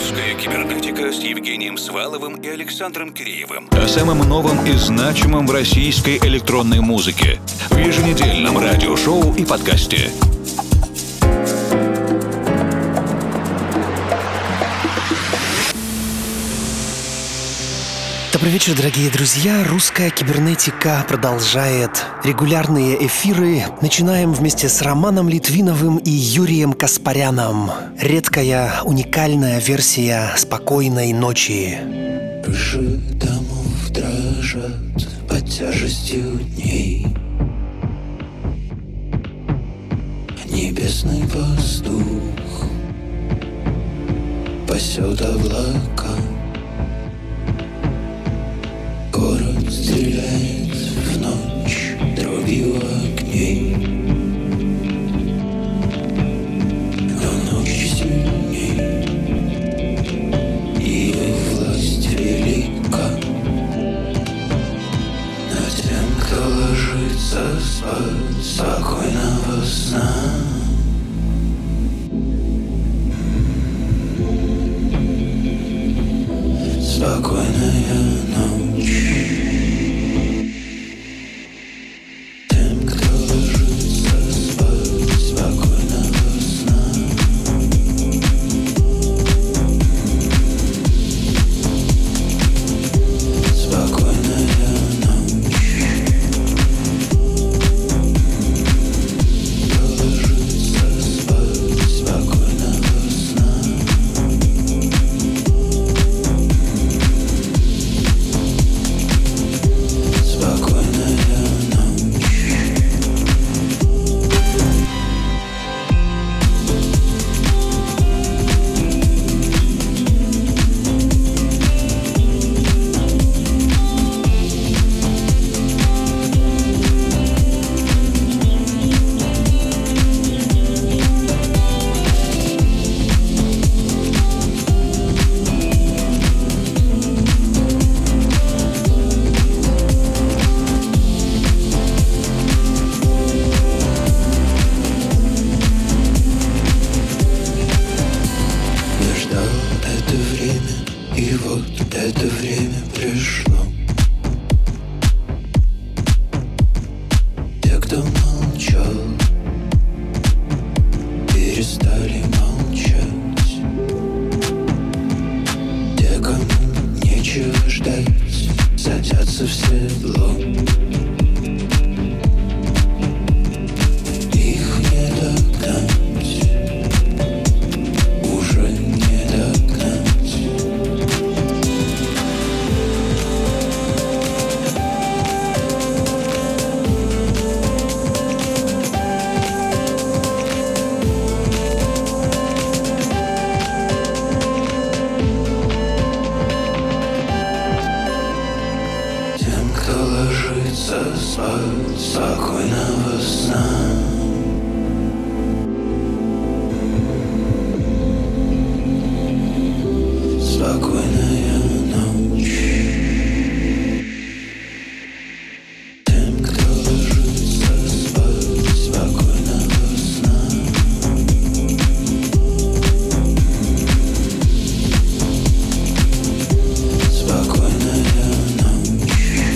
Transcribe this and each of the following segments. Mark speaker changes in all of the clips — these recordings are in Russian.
Speaker 1: «Русская кибернетика» с Евгением Сваловым и Александром Киреевым. О самом новом и значимом в российской электронной музыке в еженедельном радиошоу и подкасте.
Speaker 2: Добрый вечер, дорогие друзья. «Русская кибернетика» продолжает регулярные эфиры. Начинаем вместе с Романом Литвиновым и Юрием Каспаряном. Редкая, уникальная версия «Спокойной ночи».
Speaker 3: Крыши домов дрожат под тяжестью дней. Небесный воздух пасет облака. Город стреляет в ночь дробью огней. Но ночь сильней, ее власть велика над тем, кто ложится спать спокойного сна. Спокойная ночь. Тем, кто ложится спать спокойного сна. Спокойная ночь. Кто ложится спать спокойного сна. Спокойного сна. Спокойная ночь. Тем, кто ложится спать спокойного сна. Спокойная ночь.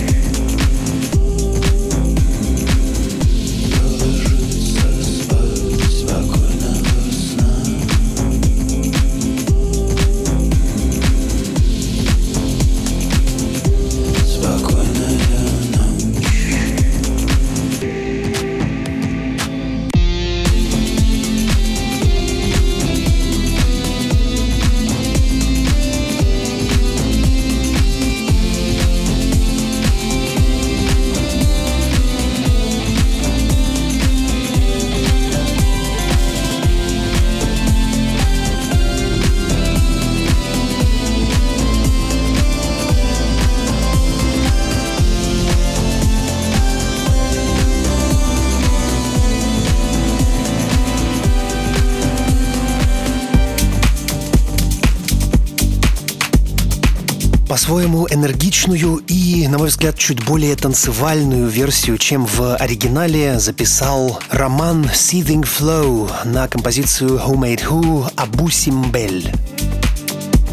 Speaker 2: По-своему энергичную и, на мой взгляд, чуть более танцевальную версию, чем в оригинале, записал Роман Seething Flow на композицию Who Made Who Абу Симбель.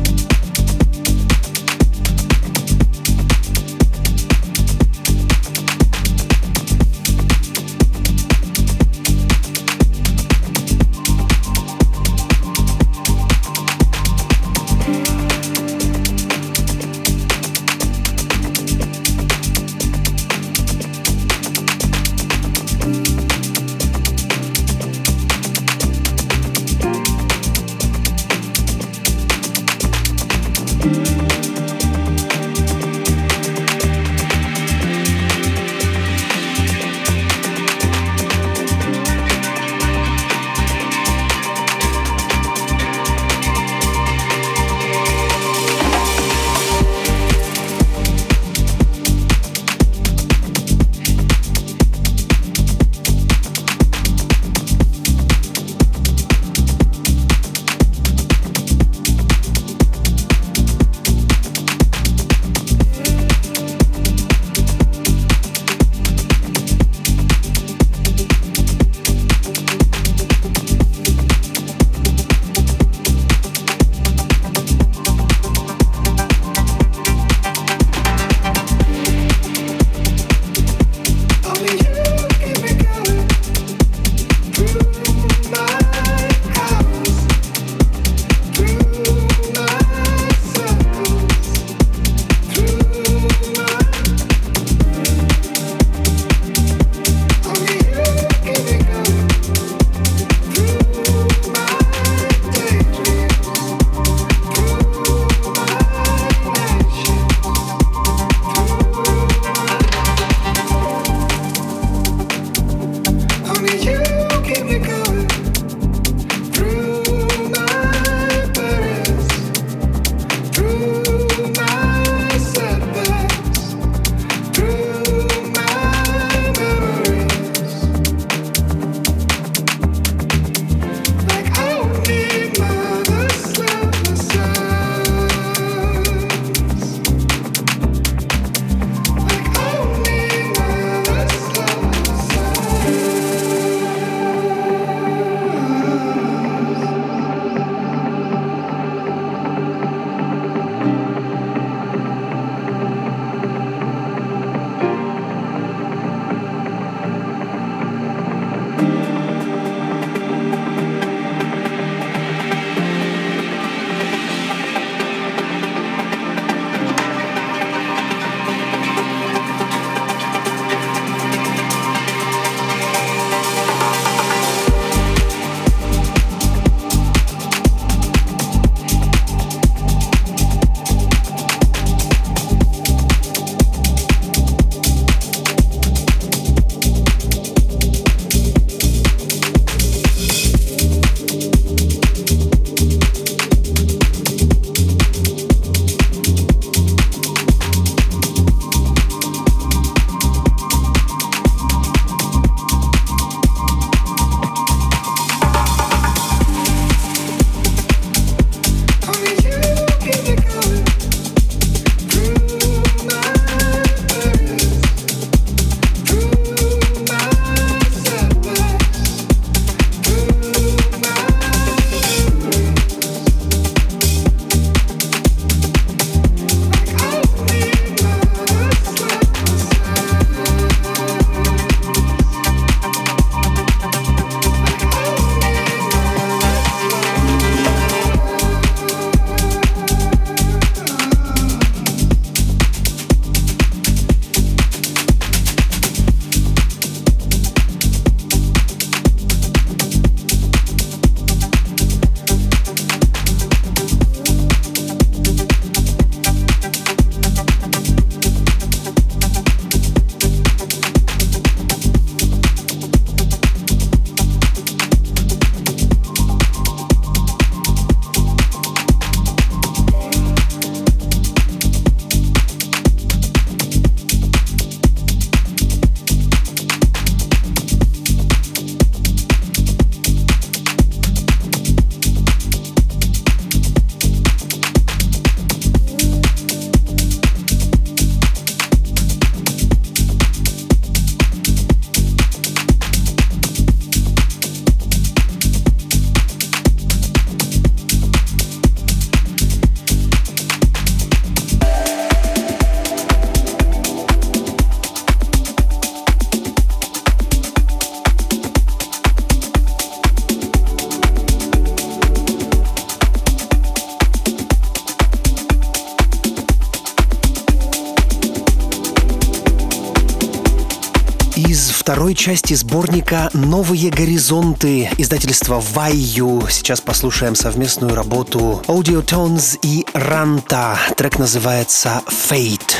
Speaker 2: второй части сборника «Новые горизонты» издательства Вайю. Сейчас послушаем совместную работу Audio Tones и Ранта. Трек называется «Fate».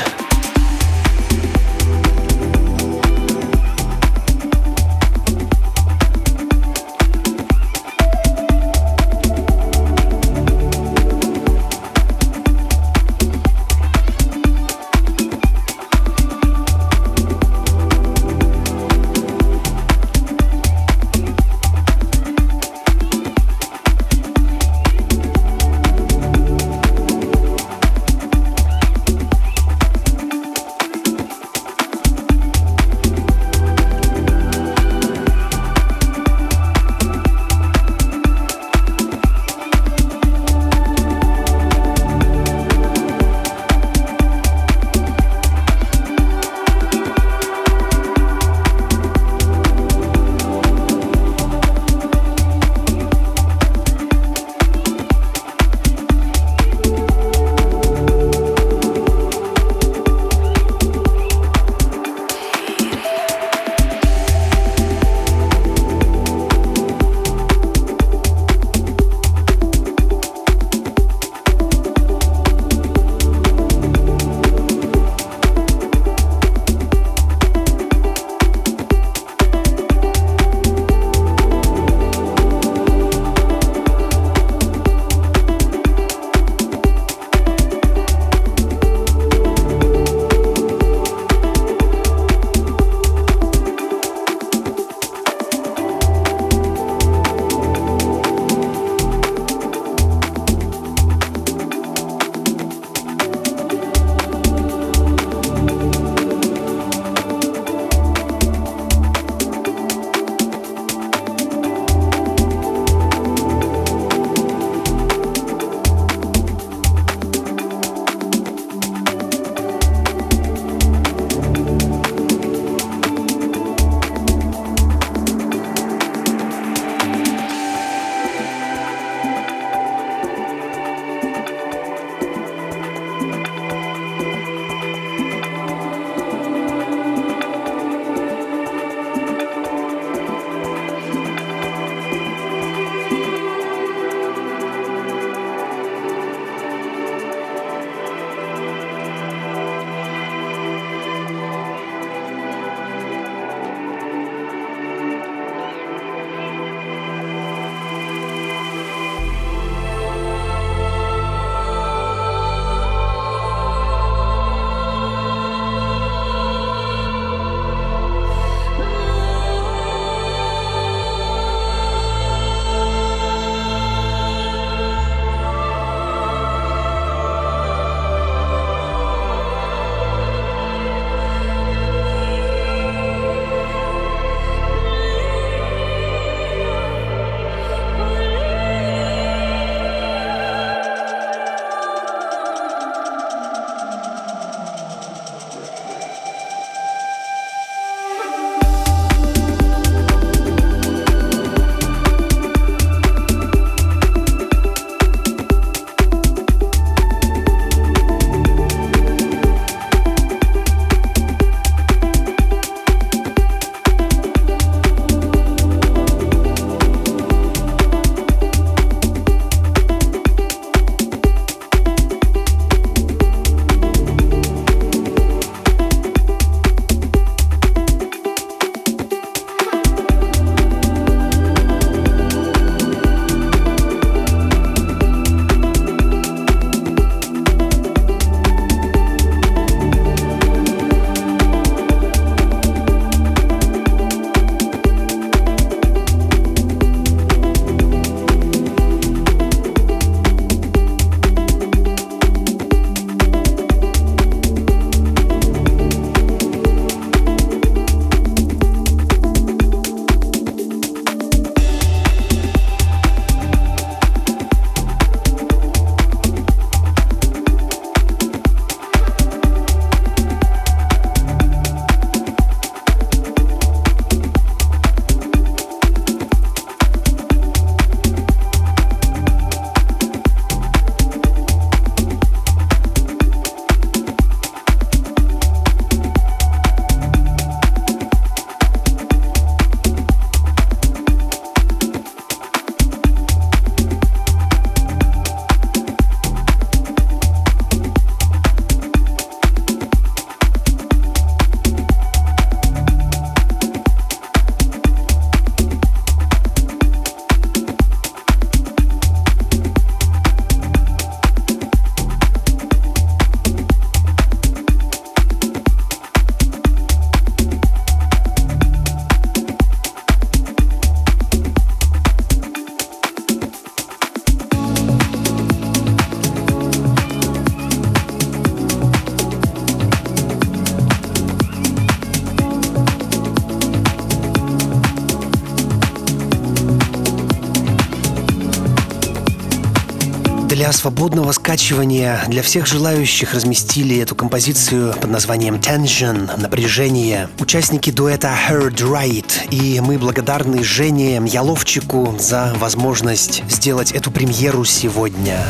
Speaker 2: Для свободного скачивания для всех желающих разместили эту композицию под названием Tension, напряжение, участники дуэта Heard Right. И мы благодарны Жене Яловчику за возможность сделать эту премьеру сегодня.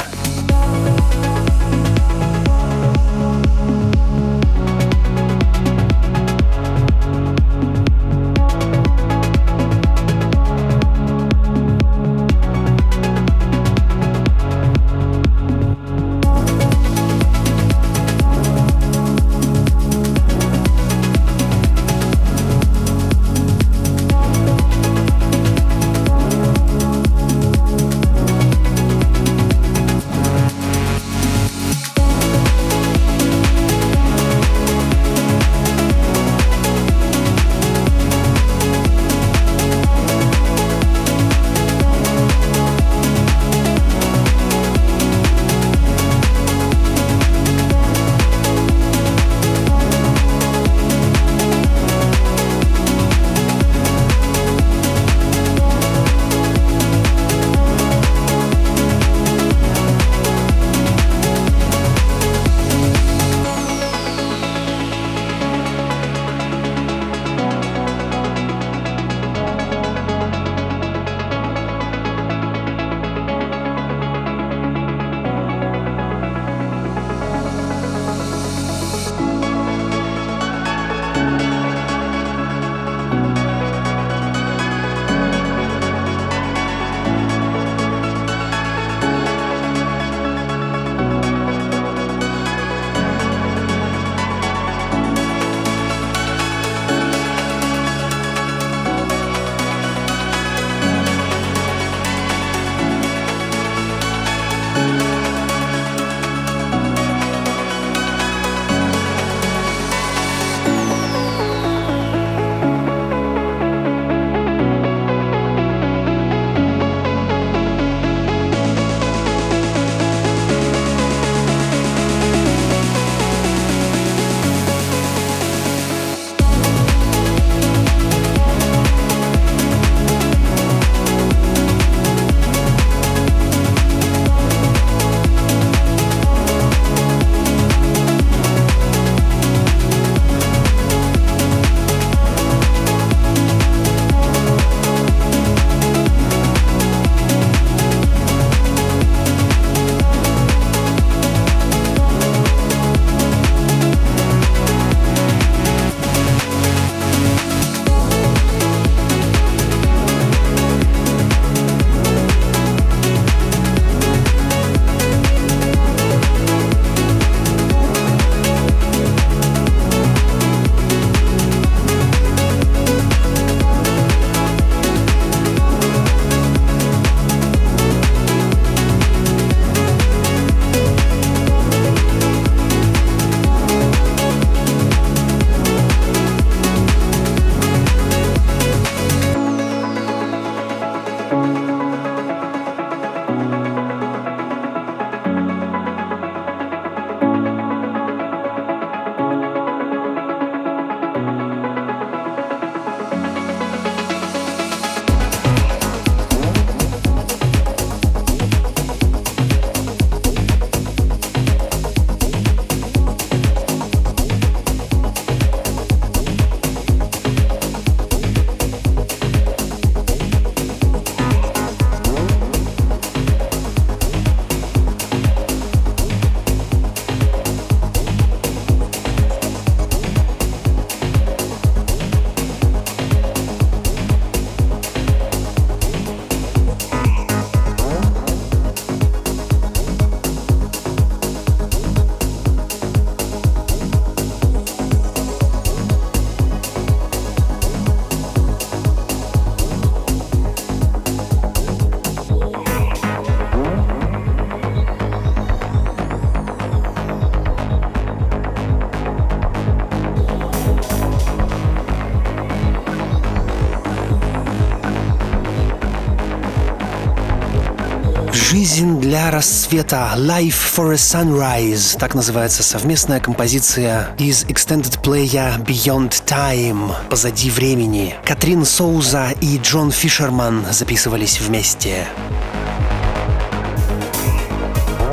Speaker 2: «Жизнь для рассвета» «Life for a Sunrise» — так называется совместная композиция из Extended Play Beyond Time — «Позади времени». Катрин Соуза и Джон Фишерман записывались вместе.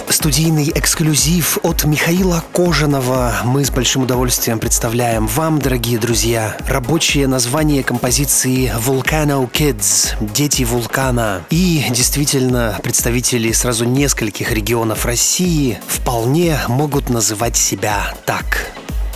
Speaker 2: Студийный эксклюзив от Михаила Кожаного мы с большим удовольствием представляем вам, дорогие друзья. Рабочее название композиции Volcano Kids — «Дети вулкана». И действительно, представители сразу нескольких регионов России вполне могут называть себя так.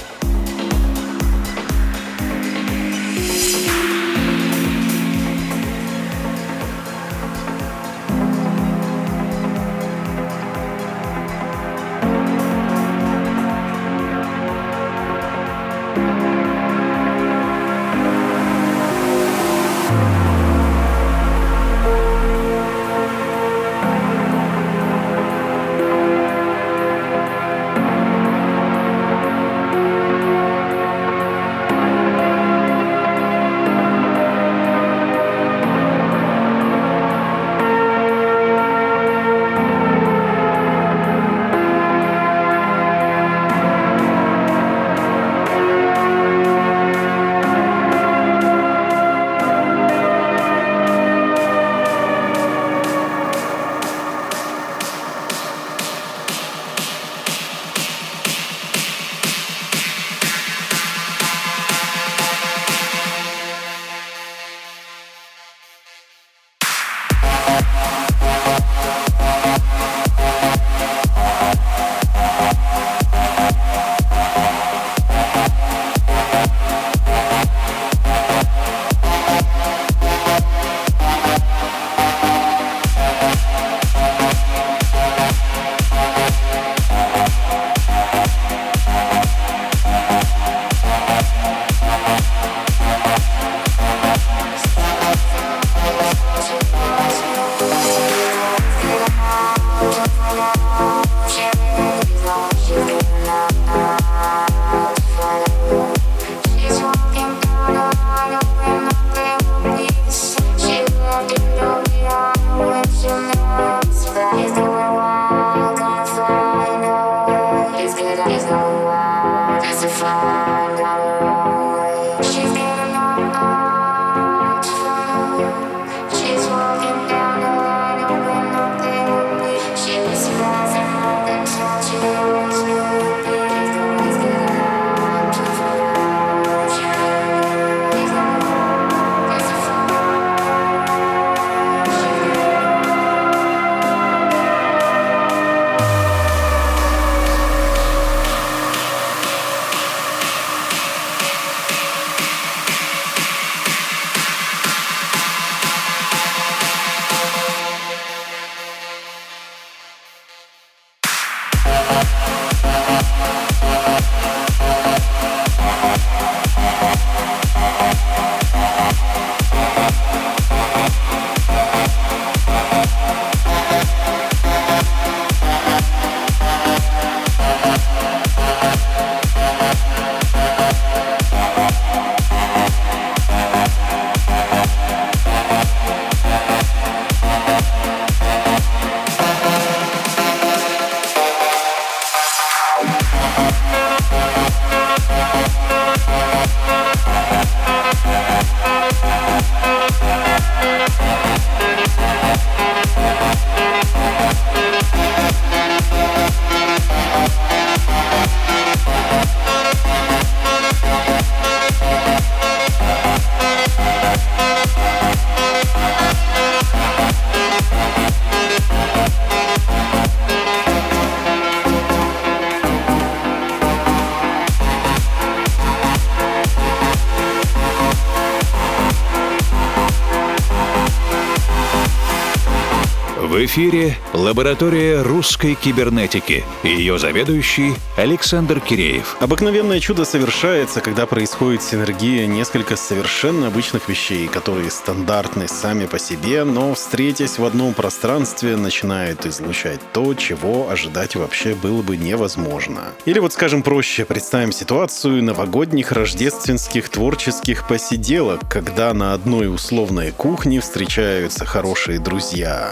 Speaker 1: В эфире лаборатория русской кибернетики и ее заведующий Александр Киреев.
Speaker 4: Обыкновенное чудо совершается, когда происходит синергия нескольких совершенно обычных вещей, которые стандартны сами по себе, но, встретясь в одном пространстве, начинают излучать то, чего ожидать вообще было бы невозможно. Или вот, скажем проще, представим ситуацию новогодних рождественских творческих посиделок, когда на одной условной кухне встречаются хорошие друзья. Но один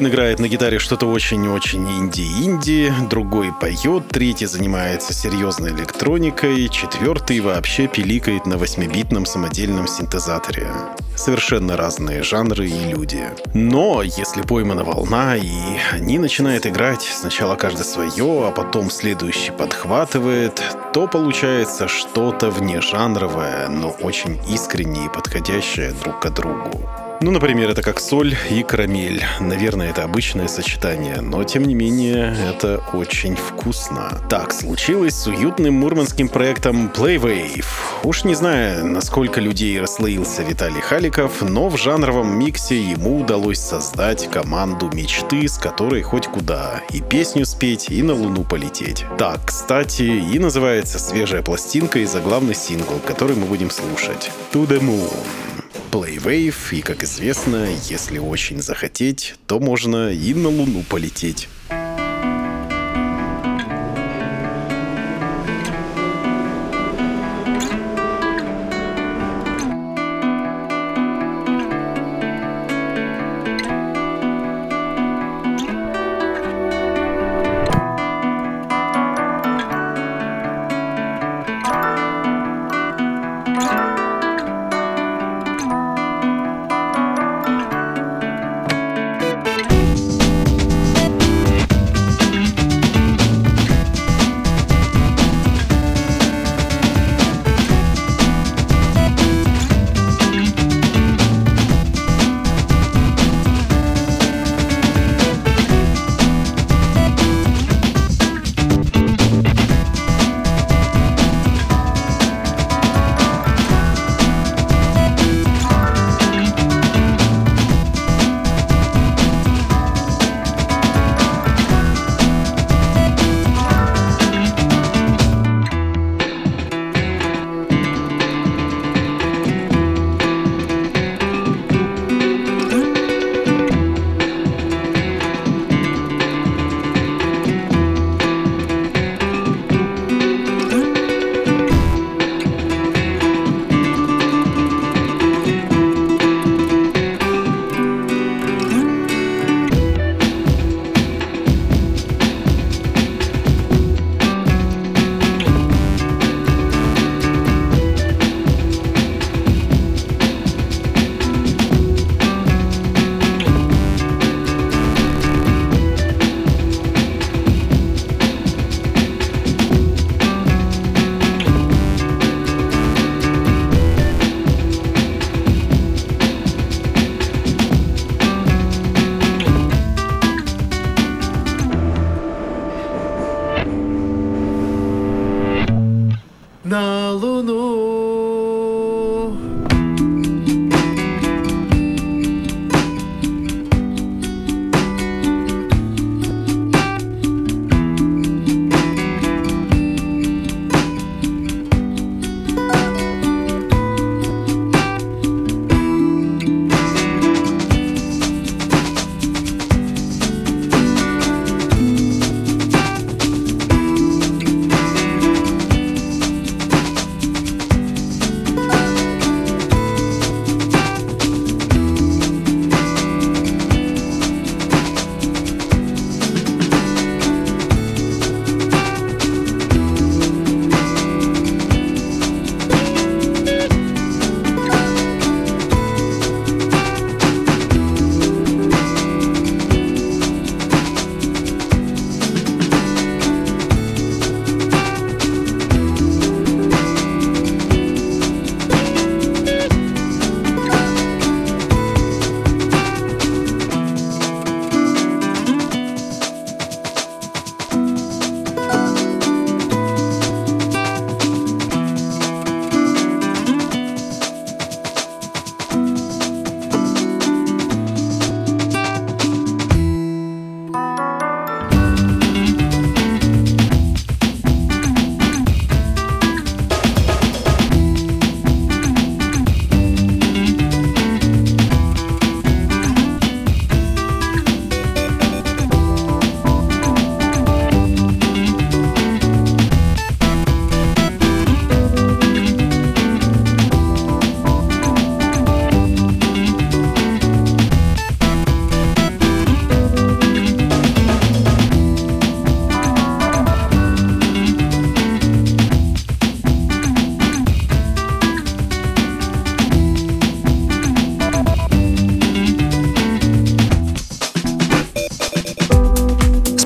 Speaker 4: Один играет на гитаре что-то очень-очень инди-инди, другой поет, третий занимается серьезной электроникой, четвертый вообще пиликает на 8-битном самодельном синтезаторе. Совершенно разные жанры и люди. Но если поймана волна, и они начинают играть сначала каждый свое, а потом следующий подхватывает, то получается что-то внежанровое, но очень искреннее и подходящее друг к другу. Ну, например, это как соль и карамель. Наверное, это обычное сочетание, но, тем не менее, это очень вкусно. Так случилось с уютным мурманским проектом Playwave. Уж не знаю, насколько людей расслоился Виталий Халиков, но в жанровом миксе ему удалось создать команду мечты, с которой хоть куда. И песню спеть, и на Луну полететь. Так, кстати, и называется свежая пластинка и заглавный сингл, который мы будем слушать. To the Moon. Playwave, и, как известно, если очень захотеть, то можно и на Луну полететь.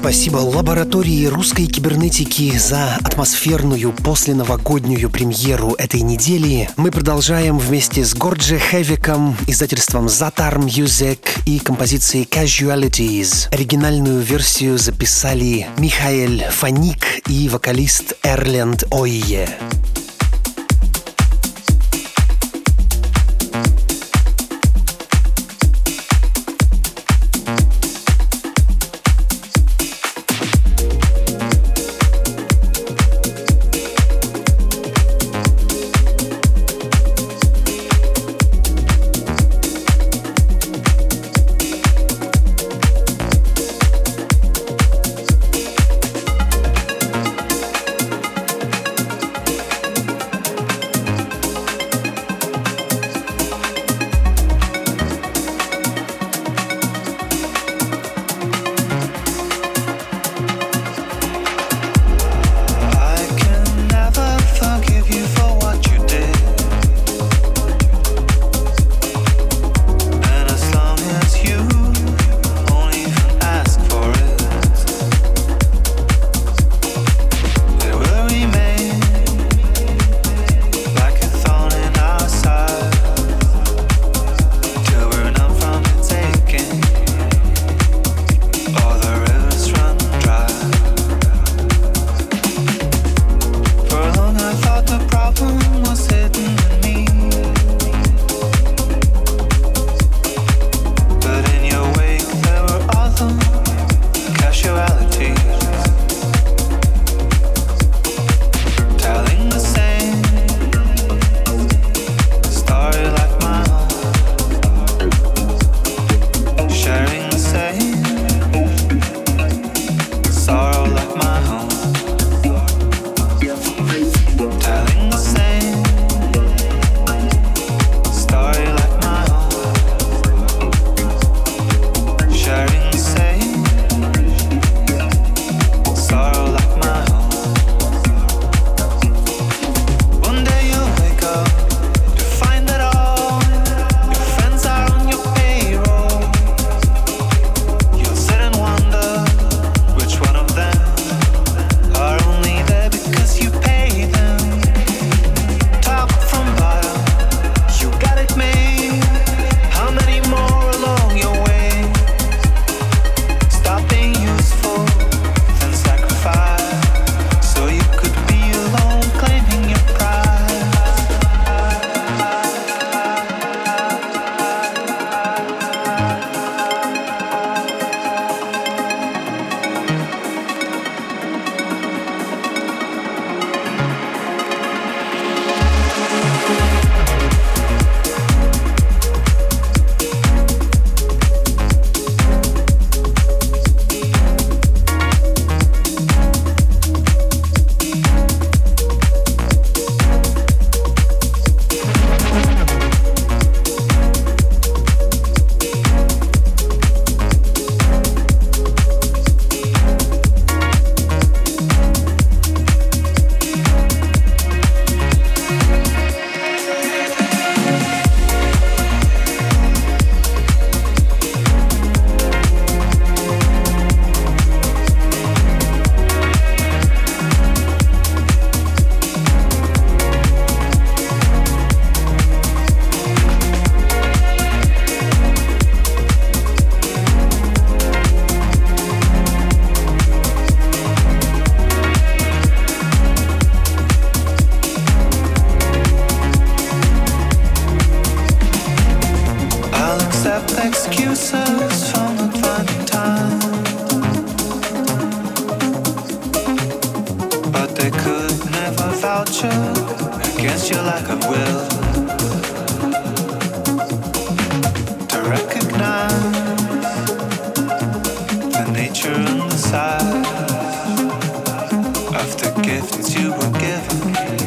Speaker 2: спасибо лаборатории русской кибернетики за атмосферную посленовогоднюю премьеру этой недели. Мы продолжаем вместе с Горджи Хевиком, издательством Zatar Music и композицией Casualities. Оригинальную версию записали Михаэль Фаник и вокалист Эрленд Ойе.
Speaker 3: excuses from advanced time, but they could never vouch against your lack of will to recognize the nature and the size of the gifts you were given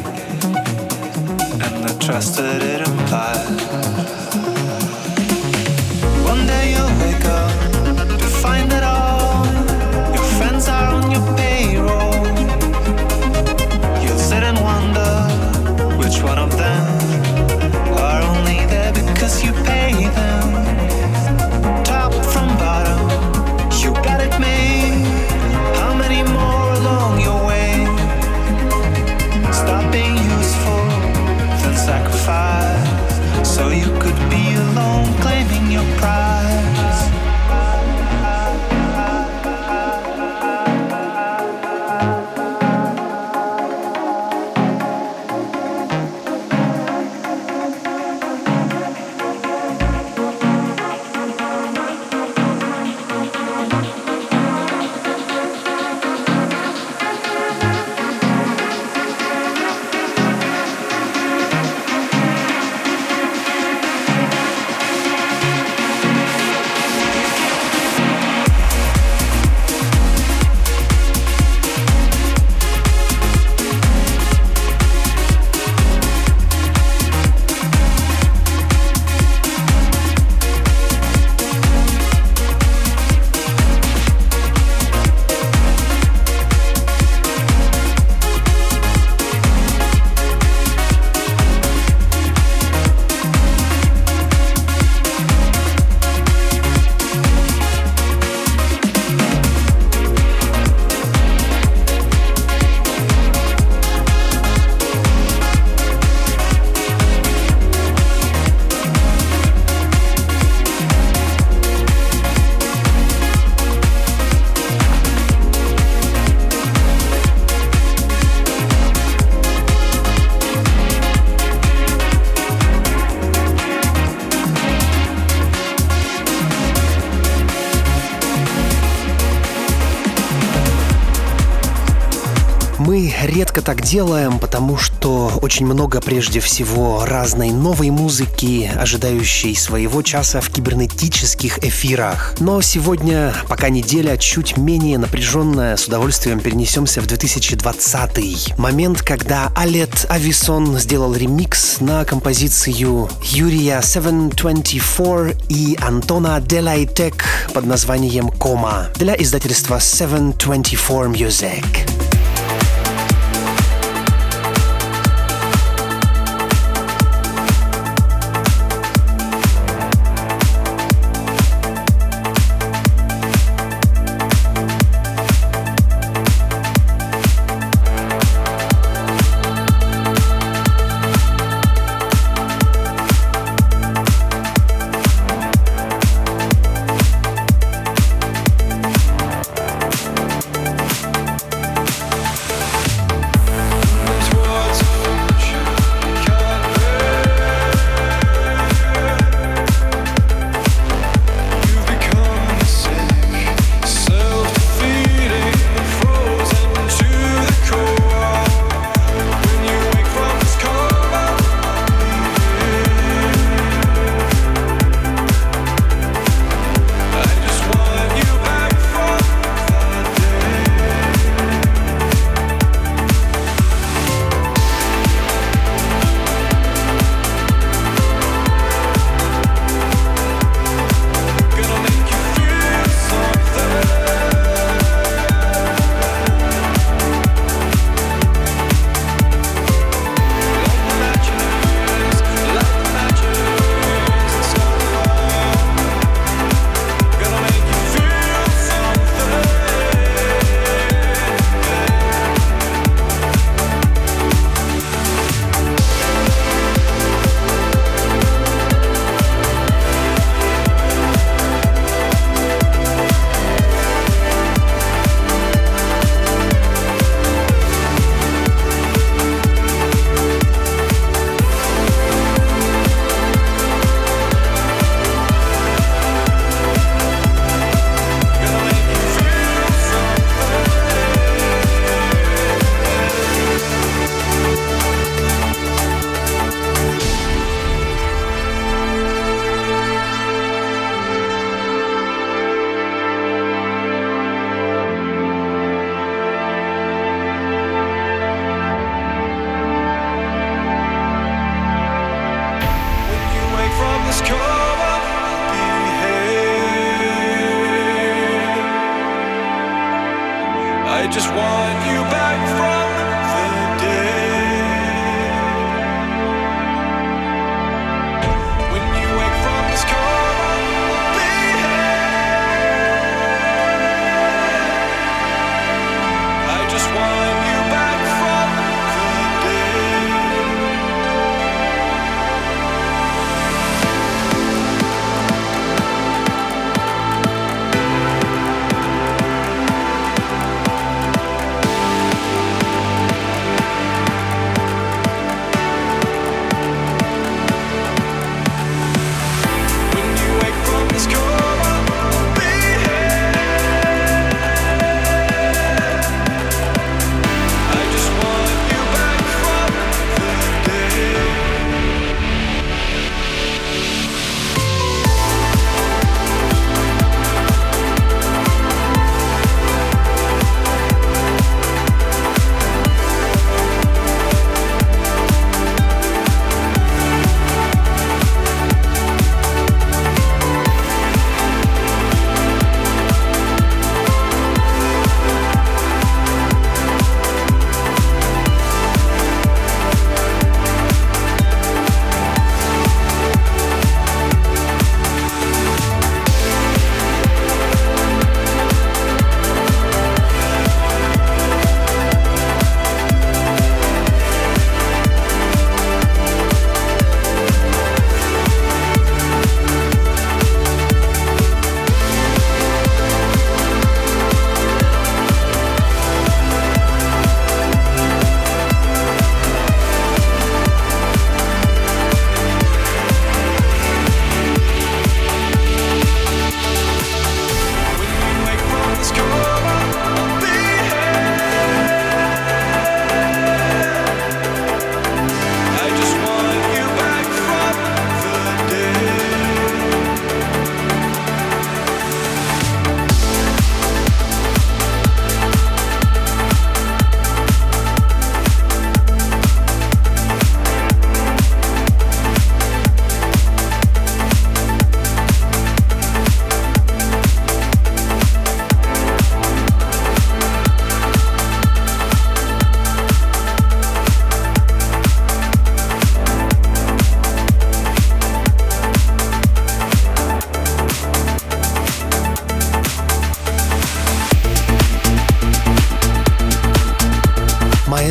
Speaker 3: and the trust that it implies. One day you'll wake up to find that all your friends are on your payroll. You'll sit and wonder which one of them are only there because you pay them. Top from bottom, you got it made.
Speaker 2: мы редко так делаем, потому что очень много прежде всего разной новой музыки, ожидающей своего часа в кибернетических эфирах. Но сегодня, пока неделя чуть менее напряженная, с удовольствием перенесемся в 2020 момент, когда Алет Ависон сделал ремикс на композицию Юрия 724 и Антона Делайтек под названием «Кома» для издательства 724 Music.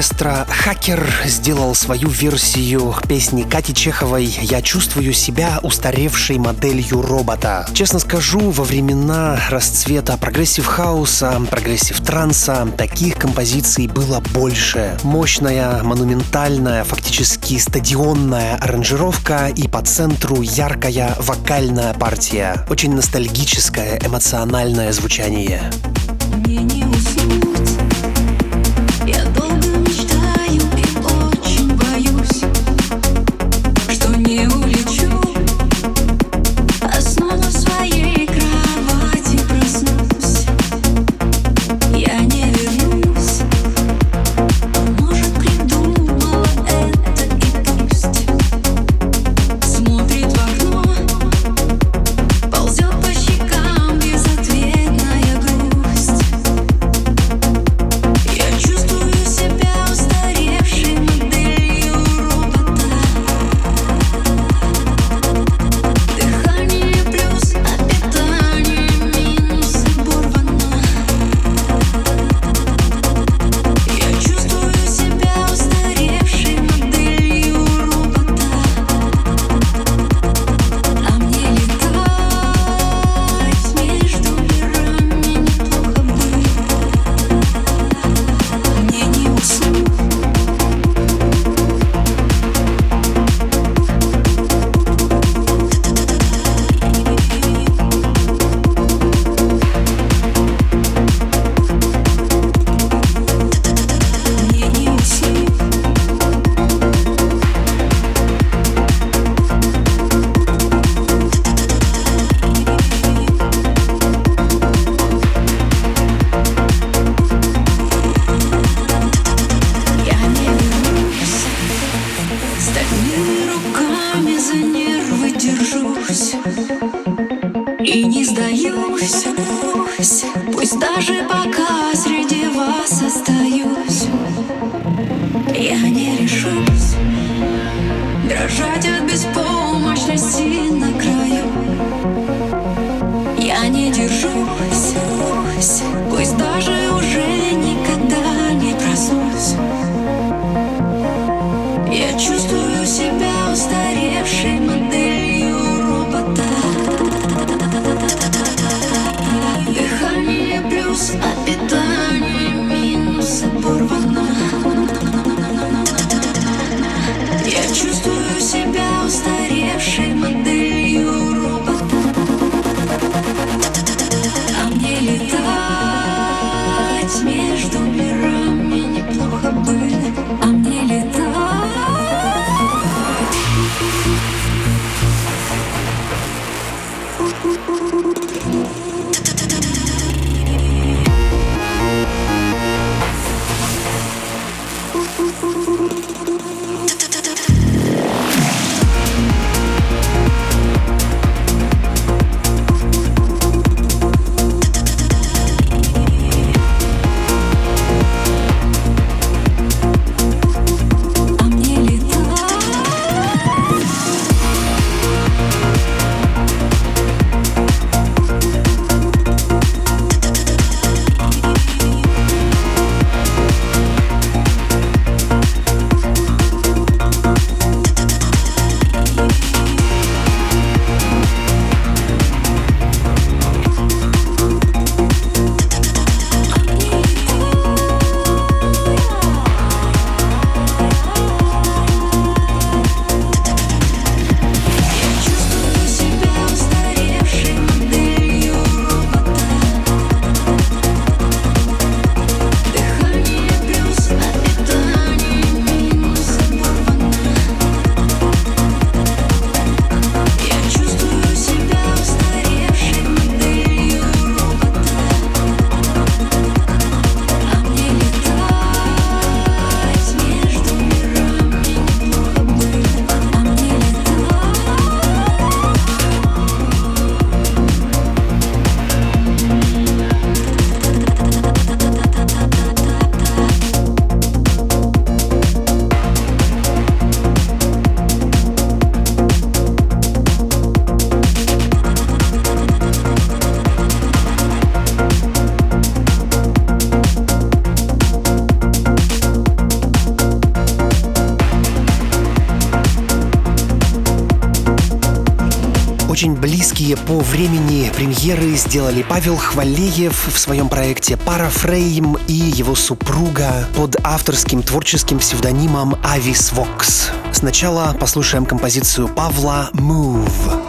Speaker 2: оркестра «Хакер» сделал свою версию песни Кати Чеховой «Я чувствую себя устаревшей моделью робота». Честно скажу, во времена расцвета прогрессив-хауса, прогрессив-транса таких композиций было больше. Мощная, монументальная, фактически стадионная аранжировка и по центру яркая вокальная партия. Очень ностальгическое, эмоциональное звучание.
Speaker 5: Мне не уснуть. Я долго мечтаю и очень боюсь, что не улечу, а снова в своей кровати проснусь. Я не вернусь, а может, придумала это и пусть. Смотрит в окно, ползет по щекам безответная грусть. Я чувствую себя устаревшей моделью робота. Дыхание плюс, а питание минус оборвано. Я чувствую себя устаревшей моделью робота. А мне летать между мирами неплохо бы. Мне не уснуть. Мне не уснуть. Я не вернусь, стальными руками за нервы держусь и не сдаюсь, пусть даже пока среди вас остаюсь. Я не решусь дрожать от беспомощности на краю. Я не держусь, пусть даже уже никогда не проснусь. Я чувствую себя устаревшей моделью робота. Дыхание плюс, а питание минус оборвано. Я чувствую себя устаревшей моделью робота. А мне летать между мирами неплохо бы. А мне летать.
Speaker 2: Очень близкие по времени премьеры сделали Павел Хвалеев в своем проекте «Парафрейм» и его супруга под авторским творческим псевдонимом Avis Vox. Сначала послушаем композицию Павла «Move».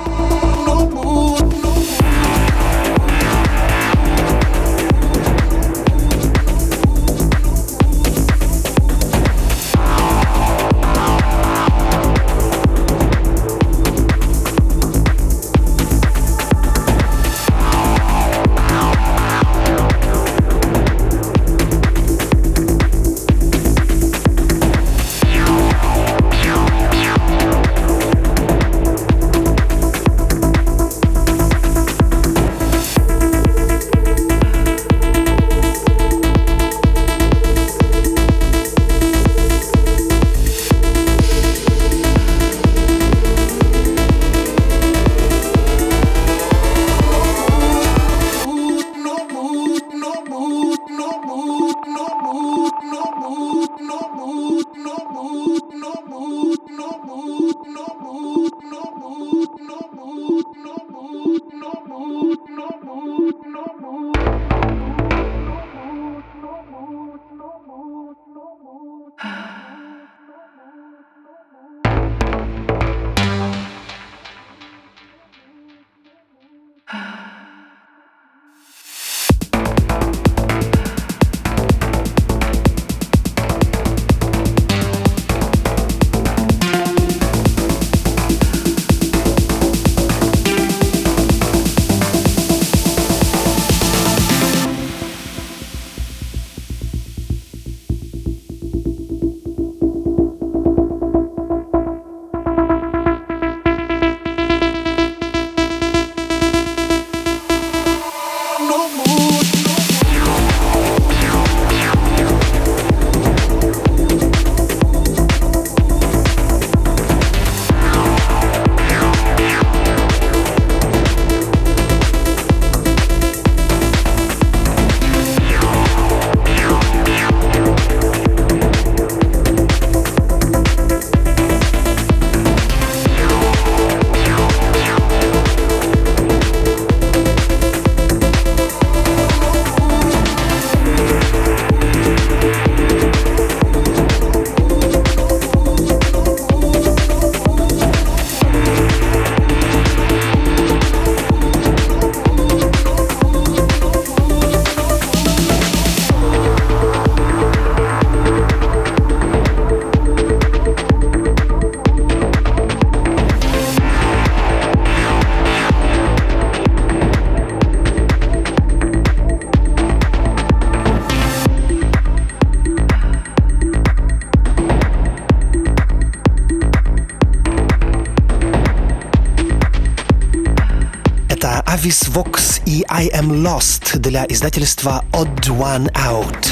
Speaker 2: Avis Vox и I Am Lost для издательства Odd One Out.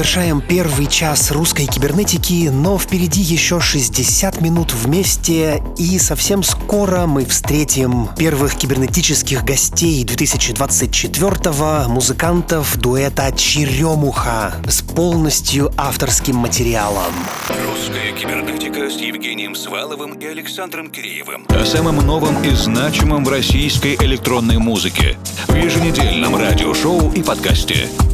Speaker 2: завершаем первый час русской кибернетики, но впереди еще 60 минут вместе, и совсем скоро мы встретим первых кибернетических гостей 2024-го, музыкантов дуэта «Черемуха» с полностью авторским материалом.
Speaker 1: Русская кибернетика с Евгением Сваловым и Александром Киреевым. О самом новом и значимом в российской электронной музыке. В еженедельном радиошоу и подкасте.